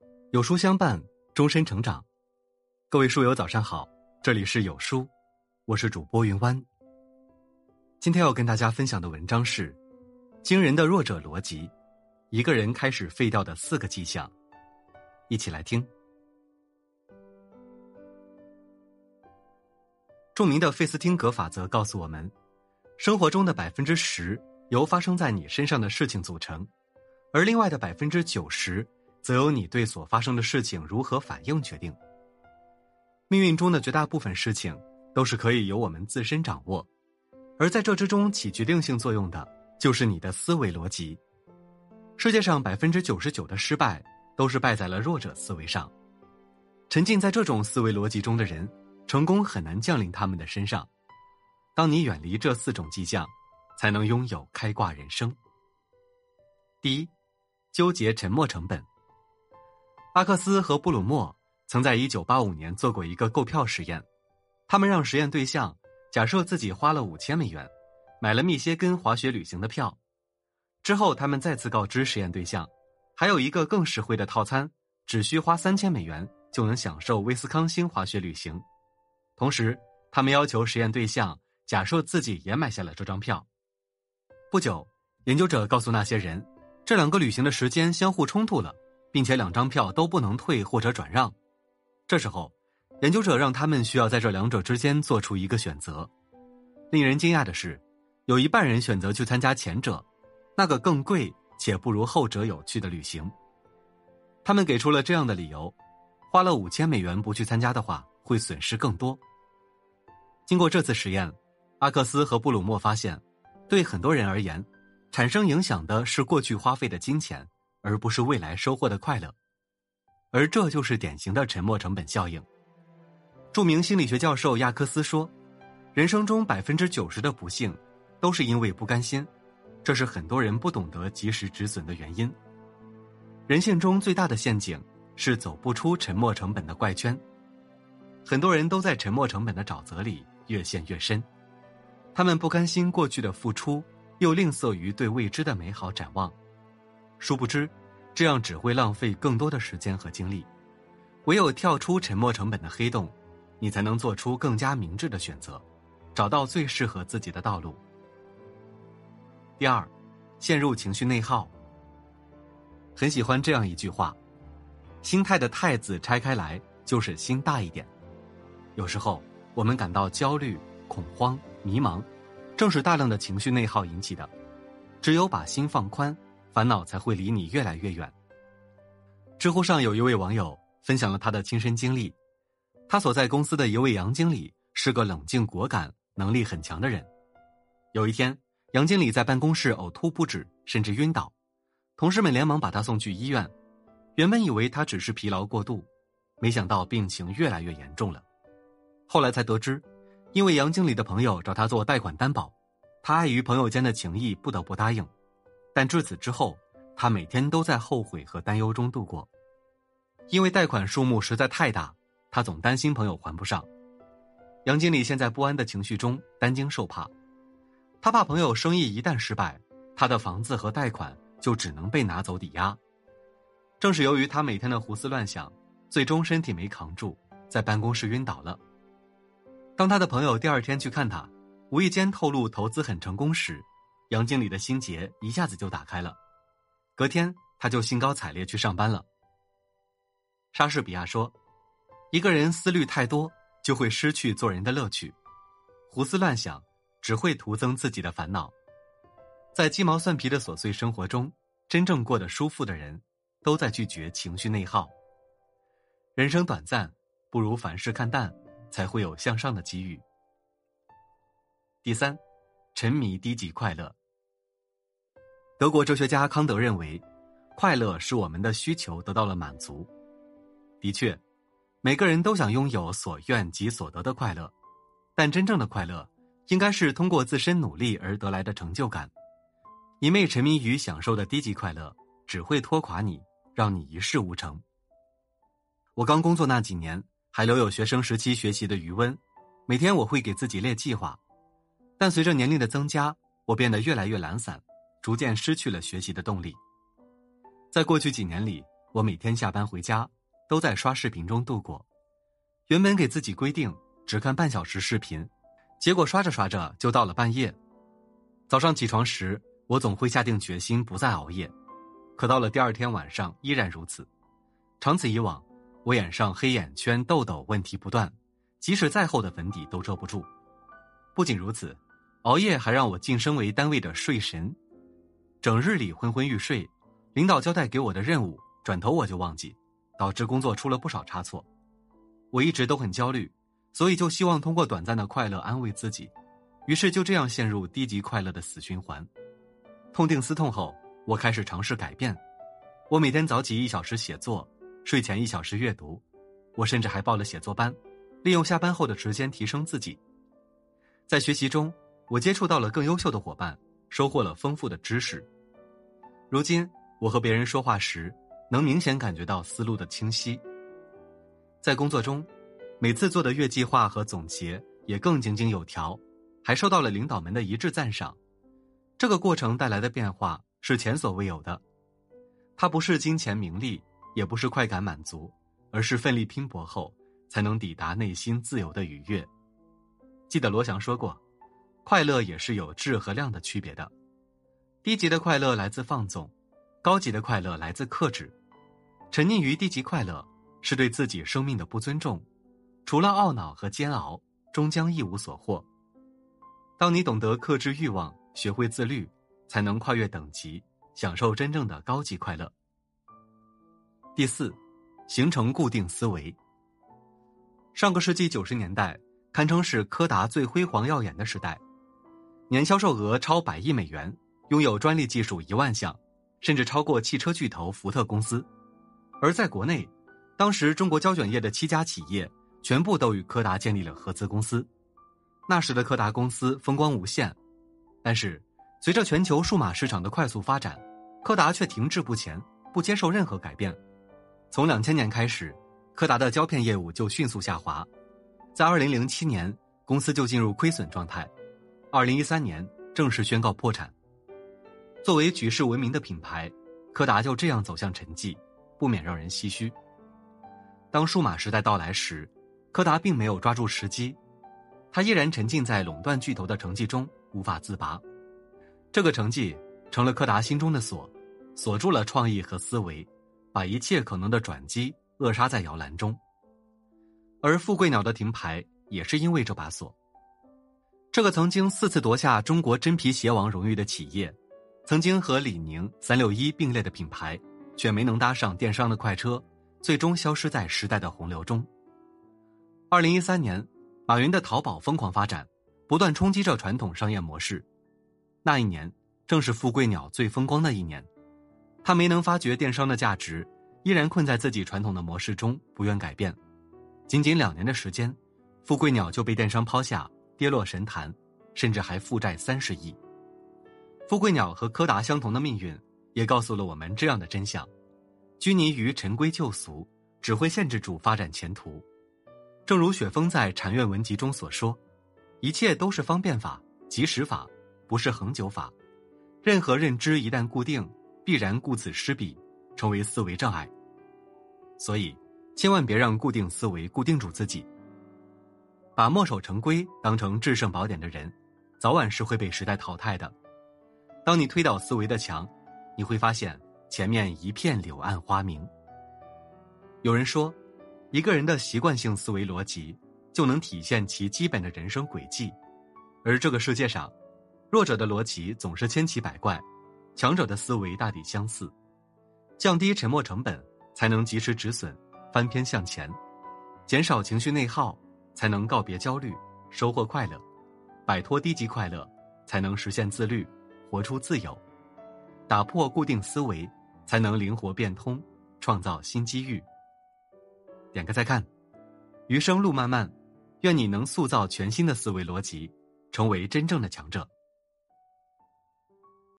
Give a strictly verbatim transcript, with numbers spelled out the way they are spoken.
有书相伴，终身成长。各位书友早上好，这里是有书，我是主播云湾。今天要跟大家分享的文章是惊人的弱者逻辑，一个人开始废掉的四个迹象。一起来听。著名的费斯汀格法则告诉我们，生活中的 百分之十 由发生在你身上的事情组成，而另外的 百分之九十 则由你对所发生的事情如何反应决定。命运中的绝大部分事情都是可以由我们自身掌握，而在这之中起决定性作用的就是你的思维逻辑。世界上 百分之九十九 的失败都是败在了弱者思维上。沉浸在这种思维逻辑中的人，成功很难降临他们的身上。当你远离这四种迹象，才能拥有开挂人生。第一，纠结沉没成本。阿克斯和布鲁默曾在一九八五年做过一个购票实验，他们让实验对象假设自己花了五千美元买了密歇根滑雪旅行的票，之后他们再次告知实验对象，还有一个更实惠的套餐，只需花三千美元就能享受威斯康星滑雪旅行。同时他们要求实验对象假设自己也买下了这张票。不久，研究者告诉那些人，这两个旅行的时间相互冲突了，并且两张票都不能退或者转让。这时候，研究者让他们需要在这两者之间做出一个选择。令人惊讶的是，有一半人选择去参加前者，那个更贵且不如后者有趣的旅行。他们给出了这样的理由：花了五千美元不去参加的话，会损失更多。经过这次实验，阿克斯和布鲁默发现，对很多人而言，产生影响的是过去花费的金钱，而不是未来收获的快乐。而这就是典型的沉没成本效应。著名心理学教授亚克斯说，人生中 百分之九十 的不幸都是因为不甘心，这是很多人不懂得及时止损的原因。人性中最大的陷阱是走不出沉没成本的怪圈，很多人都在沉没成本的沼泽里越陷越深。他们不甘心过去的付出，又吝啬于对未知的美好展望。殊不知，这样只会浪费更多的时间和精力。唯有跳出沉没成本的黑洞，你才能做出更加明智的选择，找到最适合自己的道路。第二，陷入情绪内耗。很喜欢这样一句话，心态的太字拆开来就是心大一点。有时候我们感到焦虑、恐慌、迷茫，正是大量的情绪内耗引起的。只有把心放宽，烦恼才会离你越来越远。知乎上有一位网友分享了他的亲身经历，他所在公司的一位杨经理是个冷静果敢、能力很强的人。有一天，杨经理在办公室呕吐不止，甚至晕倒，同事们连忙把他送去医院。原本以为他只是疲劳过度，没想到病情越来越严重了。后来才得知，因为杨经理的朋友找他做贷款担保，他碍于朋友间的情谊不得不答应。但至此之后，他每天都在后悔和担忧中度过。因为贷款数目实在太大，他总担心朋友还不上。杨经理现在不安的情绪中担惊受怕，他怕朋友生意一旦失败，他的房子和贷款就只能被拿走抵押。正是由于他每天的胡思乱想，最终身体没扛住，在办公室晕倒了。当他的朋友第二天去看他，无意间透露投资很成功时，杨经理的心结一下子就打开了。隔天他就兴高采烈去上班了。莎士比亚说，一个人思虑太多，就会失去做人的乐趣。胡思乱想只会徒增自己的烦恼。在鸡毛蒜皮的琐碎生活中，真正过得舒服的人都在拒绝情绪内耗。人生短暂，不如凡事看淡，才会有向上的机遇。第三，沉迷低级快乐。德国哲学家康德认为，快乐是我们的需求得到了满足。的确，每个人都想拥有所愿及所得的快乐，但真正的快乐应该是通过自身努力而得来的成就感。一昧沉迷于享受的低级快乐，只会拖垮你，让你一事无成。我刚工作那几年，还留有学生时期学习的余温，每天我会给自己列计划。但随着年龄的增加，我变得越来越懒散，逐渐失去了学习的动力。在过去几年里， 我每天下班回家都在刷视频中度过。原本给自己规定只看半小时视频，结果刷着刷着就到了半夜。早上起床时，我总会下定决心不再熬夜，可到了第二天晚上依然如此。长此以往，我眼上黑眼圈、痘痘问题不断，即使再厚的粉底都遮不住。不仅如此，熬夜还让我晋升为单位的睡神，整日里昏昏欲睡，领导交代给我的任务转头我就忘记，导致工作出了不少差错。我一直都很焦虑，所以就希望通过短暂的快乐安慰自己，于是就这样陷入低级快乐的死循环。痛定思痛后，我开始尝试改变。我每天早起一小时写作，睡前一小时阅读，我甚至还报了写作班，利用下班后的时间提升自己。在学习中，我接触到了更优秀的伙伴，收获了丰富的知识。如今，我和别人说话时，能明显感觉到思路的清晰。在工作中，每次做的月计划和总结也更井井有条，还受到了领导们的一致赞赏。这个过程带来的变化是前所未有的。它不是金钱名利，也不是快感满足，而是奋力拼搏后才能抵达内心自由的愉悦。记得罗翔说过，快乐也是有质和量的区别的。低级的快乐来自放纵，高级的快乐来自克制。沉溺于低级快乐，是对自己生命的不尊重，除了懊恼和煎熬，终将一无所获。当你懂得克制欲望，学会自律，才能跨越等级，享受真正的高级快乐。第四，形成固定思维。上个世纪九十年代堪称是柯达最辉煌耀眼的时代，年销售额超百亿美元，拥有专利技术一万项，甚至超过汽车巨头福特公司。而在国内，当时中国胶卷业的七家企业全部都与柯达建立了合资公司。那时的柯达公司风光无限，但是随着全球数码市场的快速发展，柯达却停滞不前，不接受任何改变。从两千年开始，柯达的胶片业务就迅速下滑，在二零零七年公司就进入亏损状态，二零一三年正式宣告破产。作为举世闻名的品牌，柯达就这样走向沉寂，不免让人唏嘘。当数码时代到来时，柯达并没有抓住时机，它依然沉浸在垄断巨头的成绩中无法自拔。这个成绩成了柯达心中的锁，锁住了创意和思维，把一切可能的转机扼杀在摇篮中。而富贵鸟的停牌也是因为这把锁。这个曾经四次夺下中国真皮鞋王荣誉的企业，曾经和李宁、三六一并列的品牌，却没能搭上电商的快车，最终消失在时代的洪流中。二零一三年，马云的淘宝疯狂发展，不断冲击着传统商业模式。那一年正是富贵鸟最风光的一年，他没能发掘电商的价值，依然困在自己传统的模式中，不愿改变。仅仅两年的时间，富贵鸟就被电商抛下，跌落神坛，甚至还负债三十亿。富贵鸟和柯达相同的命运，也告诉了我们这样的真相：拘泥于陈规旧俗，只会限制住发展前途。正如雪峰在《禅院文集》中所说，一切都是方便法、即时法，不是恒久法。任何认知一旦固定，必然顾此失彼，成为思维障碍。所以千万别让固定思维固定住自己。把墨守成规当成制胜宝典的人，早晚是会被时代淘汰的。当你推倒思维的墙，你会发现前面一片柳暗花明。有人说，一个人的习惯性思维逻辑就能体现其基本的人生轨迹，而这个世界上，弱者的逻辑总是千奇百怪，强者的思维大抵相似。降低沉没成本，才能及时止损，翻篇向前；减少情绪内耗，才能告别焦虑，收获快乐；摆脱低级快乐，才能实现自律，活出自由；打破固定思维，才能灵活变通，创造新机遇。点个再看，余生路漫漫，愿你能塑造全新的思维逻辑，成为真正的强者。